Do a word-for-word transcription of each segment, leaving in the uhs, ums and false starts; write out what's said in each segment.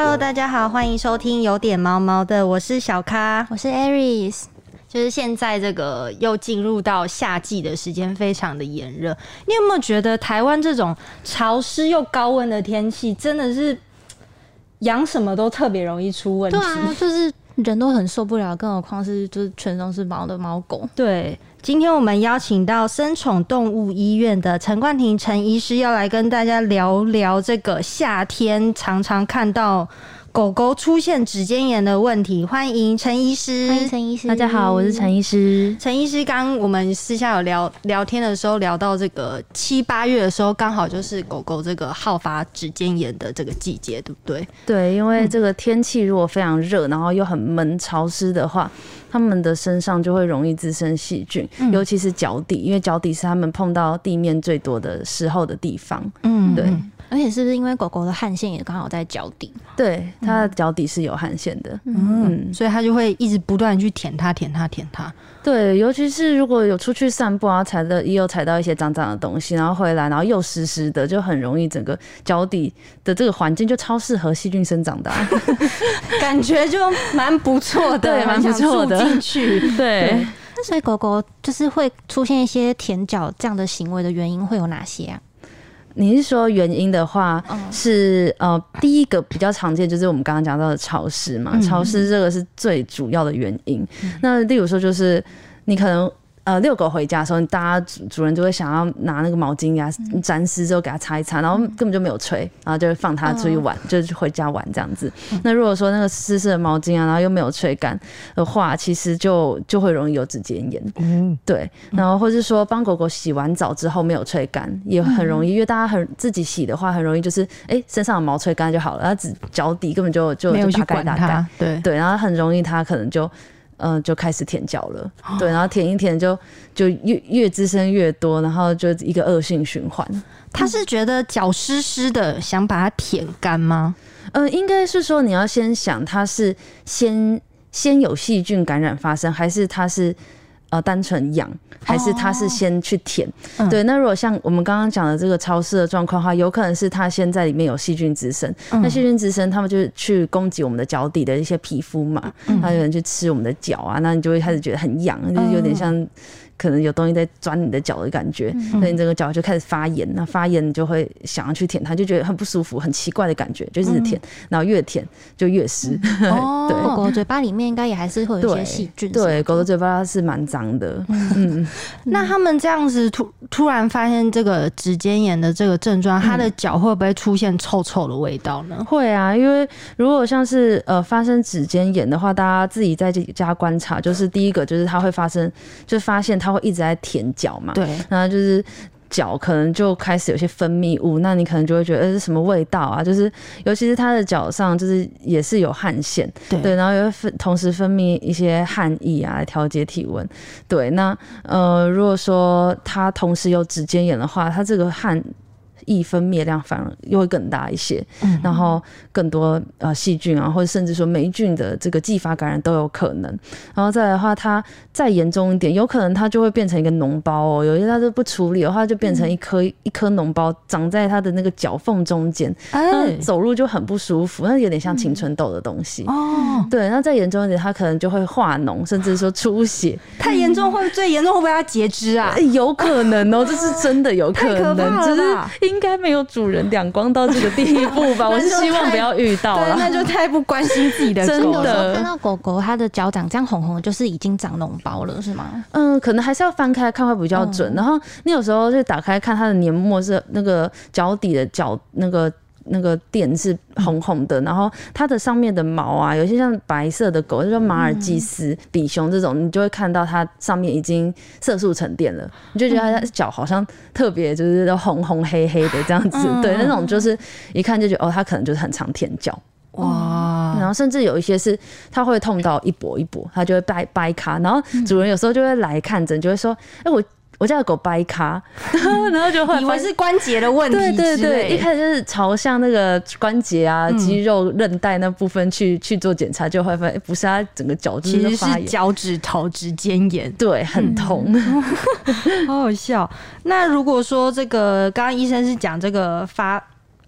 Hello， 大家好，欢迎收听有点毛毛的，我是小咖， 我是 Aries。 就是现在这个又进入到夏季的时间，非常的炎热。你有没有觉得台湾这种潮湿又高温的天气，真的是养什么都特别容易出问题？ 对啊，就是人都很受不了，更何况是就是全都是毛的猫狗。 对。今天我们邀请到生宠动物医院的陈冠廷陈医师，要来跟大家聊聊这个夏天常常看到狗狗出现指尖炎的问题。欢迎陈医师。 欢迎陈医师。 大家好，我是陈医师。 陈医师，刚我们私下有聊聊天的时候，聊到这个七八月的时候，刚好就是狗狗这个好发指尖炎的这个季节，对不对？ 对，因为这个天气如果非常热，然后又很闷潮湿的话，他们的身上就会容易滋生细菌，嗯、尤其是脚底，因为脚底是他们碰到地面最多的时候的地方。嗯，对。 而且是不是因为狗狗的汗腺也刚好在脚底？ 对，它的脚底是有汗腺的， 嗯，嗯所以它就会一直不断去舔它、舔它、舔它。 对，尤其是如果有出去散步啊，踩的也有踩到一些脏脏的东西，然后回来，然后又湿湿的，就很容易整个脚底的这个环境就超适合细菌生长的、啊， 感觉就蛮不错的， 对，蛮不错的， 进去， 对。 那所以狗狗就是会出现一些舔脚这样的行为的原因会有哪些啊？ 你是说原因的话，是呃第一个比较常见就是我们刚刚讲到的潮湿嘛，嗯、潮湿这个是最主要的原因。嗯、那例如说就是你可能呃遛狗回家的时候，大家主主人就会想要拿那个毛巾给它沾湿之后给它擦一擦，然后根本就没有吹，然后就会放它出去玩，嗯、就是回家玩这样子。嗯、那如果说那个湿湿的毛巾啊，然后又没有吹干的话，其实就就会容易有指尖炎。嗯，对。然后或是说帮狗狗洗完澡之后没有吹干，也很容易，因为大家很自己洗的话，很容易就是哎、欸、身上的毛吹干就好了，它只脚底根本就就没有去就打管它，对对，然后很容易它可能就。嗯、呃，就开始舔脚了，对，然后舔一舔就就越越滋生越多，然后就一个恶性循环。 他是觉得脚湿湿的，想把它舔干吗？ 呃，应该是说你要先想，它是先先有细菌感染发生，还是它是呃单纯痒，还是它是先去舔？哦、对，那如果像我们刚刚讲的这个潮湿的状况的话，有可能是它先在里面有细菌滋生，嗯、那细菌滋生，它们就是去攻击我们的脚底的一些皮肤嘛，嗯、它有人去吃我们的脚啊，那你就会开始觉得很痒，就是有点像。可能有东西在钻你的脚的感觉，所以你整个脚就开始发炎，那发炎你就会想要去舔它，就觉得很不舒服，很奇怪的感觉，就一直舔，然后越舔就越湿。 嗯、哦，对，狗狗嘴巴里面应该也还是会有一些细菌。 对，狗的嘴巴是蛮脏的。嗯， 那他们这样子突突然发现这个指尖炎的这个症状，它的脚会不会出现臭臭的味道呢？ 会啊，因为如果像是呃发生指尖炎的话，大家自己在家观察，就是第一个就是它会发生，就是发现它。它会一直在舔脚嘛？ 对， 然后就是脚可能就开始有些分泌物，那你可能就会觉得，呃，是什么味道啊？就是尤其是它的脚上，就是也是有汗腺，对，对然后也会分同时分泌一些汗液啊，来调节体温。对，那呃，如果说它同时有指尖炎的话，它这个汗液分泌量反而又会更大一些，嗯、然后更多呃细菌啊，或者甚至说霉菌的这个继发感染都有可能。然后再来的话，它再严重一点，有可能它就会变成一个脓包哦。有些它都不处理的话，就变成一颗、嗯、一颗脓包长在它的那个脚缝中间，那、哎、走路就很不舒服，那有点像青春痘的东西。嗯、哦，对，那再严重一点，它可能就会化脓，甚至说出血。 太严重会最严重会不会要截肢啊？ 欸、有可能哦，这是真的有可能， 太可怕了吧？ 应该没有主人两光到这个地步吧？我是希望不要遇到啦。 对，那就太不关心自己的狗了。 真的，看到狗狗它的脚长这样红红的，就是已经长脓包了，是吗？ 嗯，可能还是要翻开看会比较准。嗯、然后你有时候就打开看它的黏膜是那个脚底的脚那个。那个垫是红红的，然后它的上面的毛啊，有些像白色的狗，就像马尔济斯、比熊这种，你就会看到它上面已经色素沉淀了，你就觉得它脚好像特别就是红红黑黑的这样子，嗯、对，那种就是一看就觉得哦，它可能就是很常舔脚。哇，然后甚至有一些是它会痛到一跛一跛，它就会掰掰卡，然后主人有时候就会来看诊，就会说，哎、欸、我。我家的狗掰咖，然后就会以为是关节的问题之类， 对对对，一开始就是朝向那个关节啊、嗯、肌肉、韧带那部分去去做检查，就会发现不是它整个脚就是发炎， 其实是脚趾头指尖炎， 对，很痛， 嗯、好好笑。那如果说这个刚刚医生是讲这个发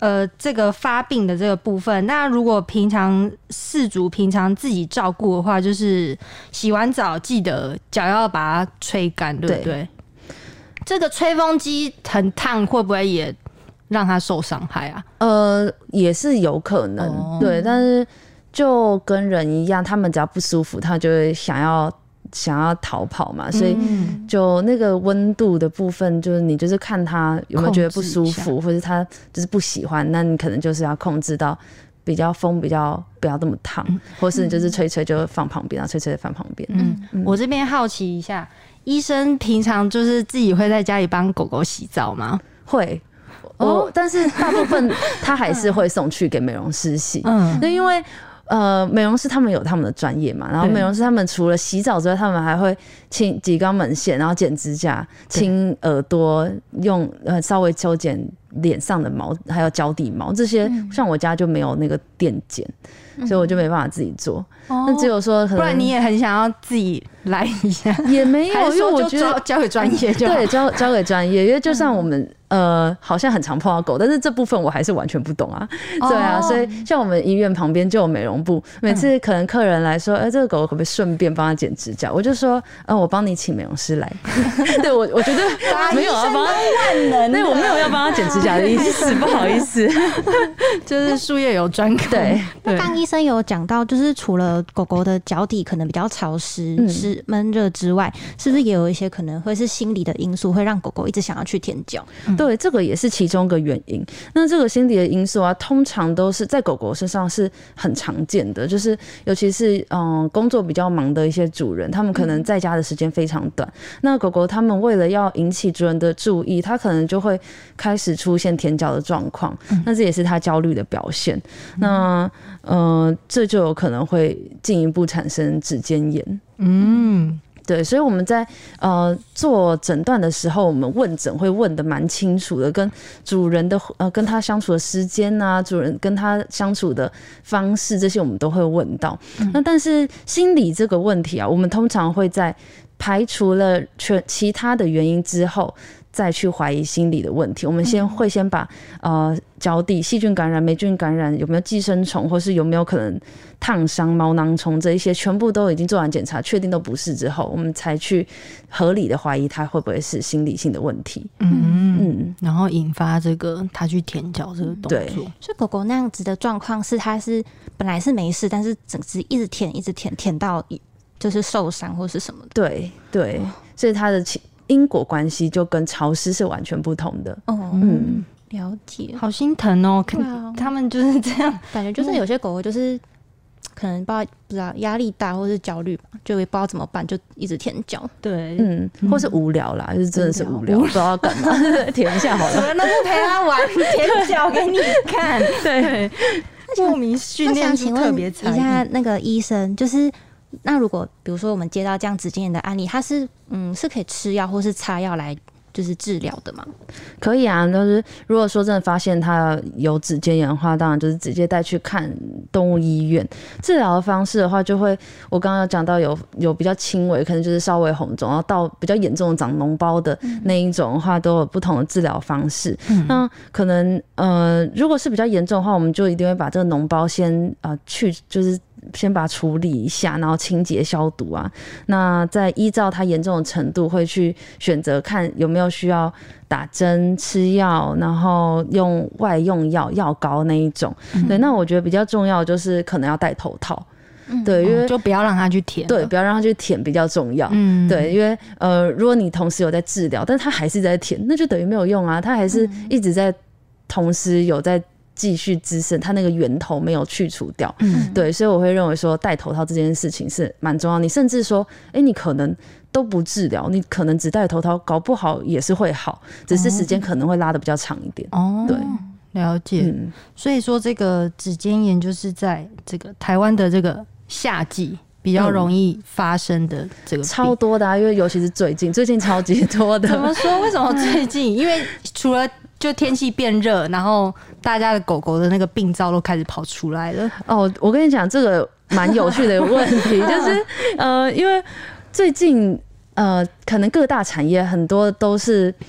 呃这个发病的这个部分，那如果平常饲主平常自己照顾的话，就是洗完澡记得脚要把它吹干，对不对？对，这个吹风机很烫，会不会也让它受伤害啊？ 呃，也是有可能，哦、对，但是就跟人一样，他们只要不舒服，他就会想要。想要逃跑嘛，所以就那个温度的部分，就是你就是看他有没有觉得不舒服，或者他就是不喜欢，那你可能就是要控制到比较风比较不要那么烫，嗯、或是你就是吹吹就放旁边，然后吹吹放旁边。 嗯，嗯我这边好奇一下，医生平常就是自己会在家里帮狗狗洗澡吗？ 会。哦，但是大部分他还是会送去给美容师洗，嗯，那因为。呃，美容师他们有他们的专业嘛，然后美容师他们除了洗澡之外，他们还会清挤肛门线，然后剪指甲、清耳朵，用呃稍微修剪脸上的毛，还有脚底毛这些。嗯、像我家就没有那个电剪，嗯、所以我就没办法自己做。哦、那只有说可能， 不然你也很想要自己来一下， 也没有，因为我觉得交给专业就好。 对，交交给专业，因为就算我们。嗯呃，好像很常碰到狗，但是这部分我还是完全不懂啊。Oh. 对啊，所以像我们医院旁边就有美容部，每次可能客人来说，哎、欸，这个狗可不可以顺便帮他剪指甲？我就说，呃，我帮你请美容师来。对我，我觉得没有要帮他，对我没有要帮他剪指甲的意思，不好意思， 就是术业有专攻。 对， 那刚医生有讲到，就是除了狗狗的脚底可能比较潮湿、是、嗯、闷热之外，是不是也有一些可能会是心理的因素，会让狗狗一直想要去舔脚？ 嗯对，这个也是其中一个原因。那这个心理的因素啊，通常都是在狗狗身上是很常见的，就是尤其是嗯工作比较忙的一些主人，他们可能在家的时间非常短。嗯、那狗狗他们为了要引起主人的注意，它可能就会开始出现舔脚的状况。嗯、那这也是它焦虑的表现。嗯、那呃，这就有可能会进一步产生指尖炎。嗯。对，所以我们在呃做诊断的时候，我们问诊会问的蛮清楚的，跟主人的呃跟他相处的时间啊，主人跟他相处的方式，这些我们都会问到。嗯、那但是心理这个问题啊，我们通常会在排除了全其他的原因之后，再去怀疑心理的问题。我们先会先把呃脚底细菌感染、霉菌感染有没有寄生虫，或是有没有可能烫伤、毛囊虫这一些，全部都已经做完检查，确定都不是之后，我们才去合理的怀疑它会不会是心理性的问题。 嗯嗯，然后引发这个它去舔脚这个动作。对， 所以狗狗那样子的状况是，它是本来是没事，但是整只一直舔，一直舔，舔到就是受伤或是什么的。 对对，所以它的因果关系就跟潮湿是完全不同的。哦，嗯， 了解。 好心疼哦，啊、他们就是这样， 感觉就是有些狗狗就是可能不知道不知道压力大或是焦虑吧，就也不知道怎么办，就一直舔脚。 对， 嗯，或是无聊啦，就是真的是无聊，不知道要干嘛，舔一下好了。 主人都不陪他玩，舔脚给你看。对，莫名训练出特别才艺。 一下那个医生就是。那如果比如说我们接到这样指尖炎的案例，它是嗯是可以吃药或是擦药来就是治疗的吗？ 可以啊，就是如果说真的发现它有指尖炎的话，当然就是直接带去看动物医院。治疗的方式的话，就会我刚刚有讲到有有比较轻微，可能就是稍微红肿，然后到比较严重的长脓包的那一种的话，都有不同的治疗方式。嗯、那可能呃，如果是比较严重的话，我们就一定会把这个脓包先呃去就是。先把它处理一下，然后清洁消毒啊。那再依照它严重的程度，会去选择看有没有需要打针、吃药，然后用外用药、药膏那一种。嗯、对，那我觉得比较重要的就是可能要戴头套。 嗯、 对，因为、 哦、就不要让它去舔。 对，不要让它去舔比较重要。嗯，对，因为呃，如果你同时有在治疗，但是它还是在舔，那就等于没有用啊。它还是一直在同时有在。继续滋生，它那个源头没有去除掉，嗯，对，所以我会认为说戴头套这件事情是蛮重要。你甚至说，哎、欸，你可能都不治疗，你可能只戴头套，搞不好也是会好，只是时间可能会拉得比较长一点。哦，对， 了解。嗯、所以说，这个指尖炎就是在这个台湾的这个夏季比较容易发生的这个、嗯、 超多的啊，因为尤其是最近，最近超级多的。 怎么说？为什么最近？因为除了就天气变热，然后大家的狗狗的那个病灶都开始跑出来了。 哦，我跟你讲，这个蛮有趣的问题，就是呃，因为最近呃，可能各大产业很多都是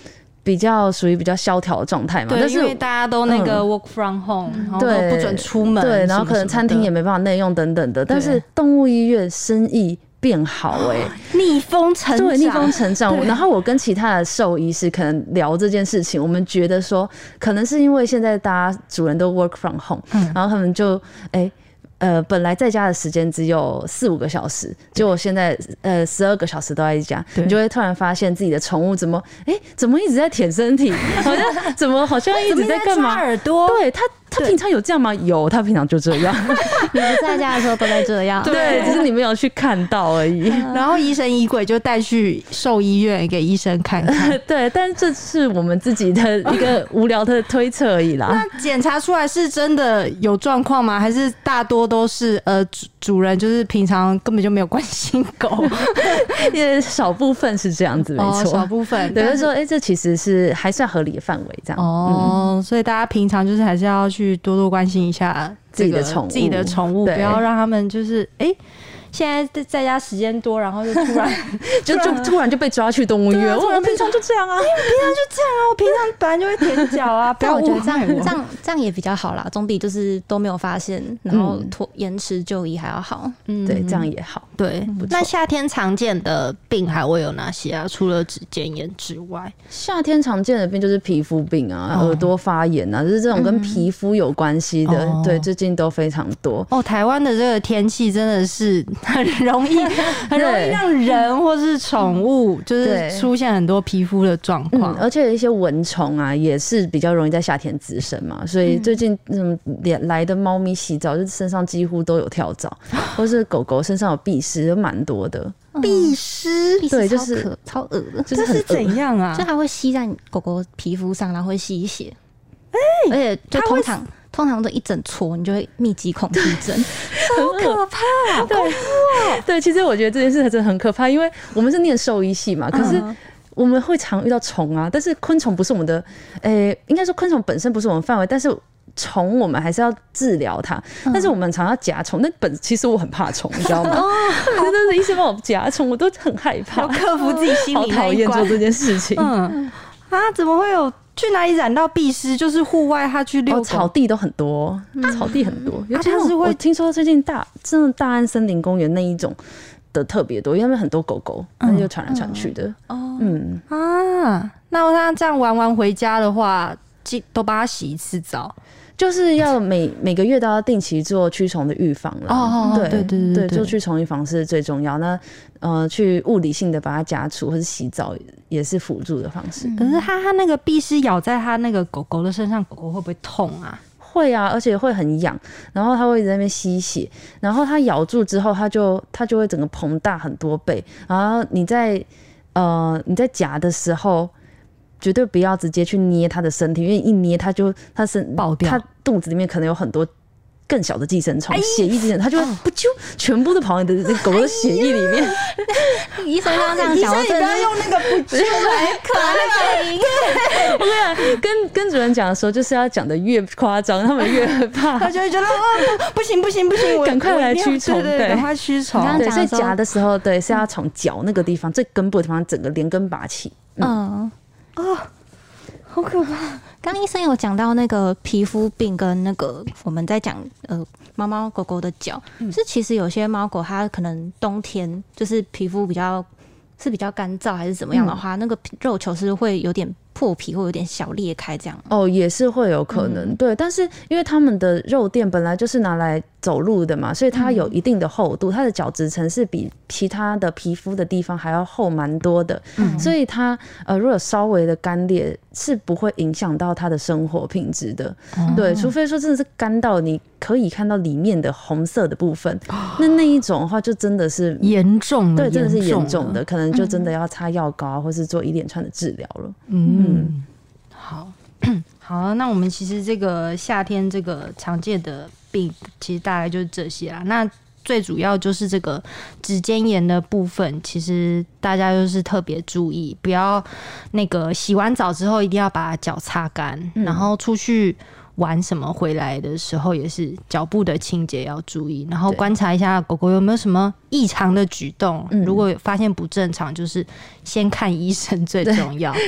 比较属于比较萧条的状态嘛， 对， 但是因为大家都那个 work from home，、嗯、然后都不准出门， 对，然后可能餐厅也没办法内用等等的，但是动物医院生意变好哎、欸， 逆风成长， 对，逆风成长。然后我跟其他的兽医师可能聊这件事情，我们觉得说，可能是因为现在大家主人都 work from home，、嗯、然后他们就哎。欸呃，本来在家的时间只有四五个小时，结果现在呃十二个小时都在家，你就会突然发现自己的宠物怎么，哎、欸，怎么一直在舔身体，好像怎么好像一直在干嘛？ 耳朵， 对它。他平常有这样吗？有，他平常就这样。 你不在家的时候都在这样， 对，只是你没有去看到而已。 然后疑神疑鬼就带去兽医院给医生看看。 对，但是这是我们自己的一个无聊的推测而已啦。 那检查出来是真的有状况吗？还是大多都是呃主主人就是平常根本就没有关心狗？ 也少部分是这样子，没错、哦， 少部分。 对，就是说，哎、欸，这其实是还算合理的范围，这样。 哦、嗯，所以大家平常就是还是要去。去多多关心一下自己的宠物， 自己的宠物，不要让他们就是哎。欸现在在家时间多，然后就突然就就突然就被抓去动物医院。我平常就这样啊， 我平常就这样啊，我平常本来就会舔脚啊。不要， 我觉得这样这样这样也比较好啦，总比就是都没有发现，然后拖延迟就医还要好。 嗯，对，这样也好。 对，那夏天常见的病还会有哪些啊？除了指尖炎之外， 夏天常见的病就是皮肤病啊、哦、耳朵发炎啊，就是这种跟皮肤有关系的、嗯。对，最近都非常多。 哦，台湾的这个天气真的是。很容易，很容易让人或是宠物就是出现很多皮肤的状况、 嗯，而且一些蚊虫啊，也是比较容易在夏天滋生嘛。所以最近嗯来的猫咪洗澡，就身上几乎都有跳蚤，或是狗狗身上有蜱虱，有蛮多的。 蜱虱， 对，就是超恶的， 这是怎样啊？ 就它会吸在狗狗皮肤上，然后会吸血，哎、欸，而且就通常。通常都一整撮，你就会密集恐惧症， 好可怕！ 对、哦、对，其实我觉得这件事真的很可怕，因为我们是念兽医系嘛，可是我们会常遇到虫啊，但是昆虫不是我们的，诶、欸，应该说昆虫本身不是我们范围，但是虫我们还是要治疗它，但是我们常要夹虫，那本其实我很怕虫，你知道吗？哦，真的是医生帮我夹虫，我都很害怕， 要克服自己心里那一关， 好讨厌做这件事情。 嗯啊，怎么会有？去哪里染到蜱虱？就是户外他去遛狗、 哦，草地都很多，嗯、草地很多。尤其是我听说最近大真的大安森林公园那一种的特别多，因为他们很多狗狗，那、嗯、就传来传去的。哦，嗯啊，那他这样玩完回家的话，都帮他洗一次澡。 就是要每每个月都要定期做驱虫的预防啦。 哦，对对对 对, 对，做驱虫预防是最重要。那呃，去物理性的把它夹除或是洗澡也是辅助的方式。 可是它它那个蜱虱咬在它那个狗狗的身上，狗狗会不会痛啊？ 会啊，而且会很痒，然后它会一直在那边吸血，然后它咬住之后，它就它就会整个膨大很多倍。然后你在呃你在夹的时候。绝对不要直接去捏它的身体，因为一捏它就它身爆掉， 它肚子里面可能有很多更小的寄生虫、血液寄生，它就会不啾，全部都跑你的狗狗的血液里面。 医生刚刚这样讲， 医生你不要用那个不啾来可那个音。 我跟你讲，跟跟主人讲的时候，就是要讲的越夸张，他们越怕， 他就会觉得哦不行不行不行， 赶快来驱虫， 对，赶快驱虫。 对，所以夹的时候，对，是要从脚那个地方最根部的地方，整个连根拔起。嗯。 哦，好可怕！ 刚医生有讲到那个皮肤病跟那个我们在讲呃猫猫狗狗的脚，嗯、是其实有些猫狗它可能冬天就是皮肤比较是比较干燥还是怎么样的话，嗯、那个肉球是会有点破皮或有点小裂开这样。 哦，也是会有可能，嗯、对。但是因为它们的肉垫本来就是拿来走路的嘛，所以它有一定的厚度，它的角质层是比其他的皮肤的地方还要厚蛮多的，嗯、所以它呃如果稍微的干裂是不会影响到它的生活品质的，哦、对，除非说真的是干到你可以看到里面的红色的部分，哦、那那一种的话就真的是严重的， 对，真的是严重的，可能就真的要擦药膏，嗯、或是做一连串的治疗了。 嗯，嗯好。好，那我们其实这个夏天这个常见的病，其实大概就是这些啦。那最主要就是这个指尖炎的部分，其实大家就是特别注意，不要那个洗完澡之后一定要把脚擦干，嗯、然后出去玩什么回来的时候也是脚部的清洁要注意，然后观察一下狗狗有没有什么异常的举动，如果发现不正常，就是先看医生最重要。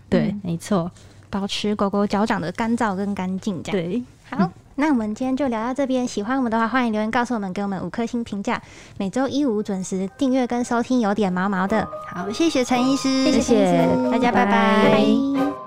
对，嗯、没错， 保持狗狗脚掌的干燥跟干净，这样。 对， 好。嗯，那我们今天就聊到这边，喜欢我们的话，欢迎留言告诉我们，给我们五颗星评价。每周一五准时订阅跟收听有点毛毛的。 好，谢谢陈医师， 谢谢陈医师， 大家拜拜。 拜拜。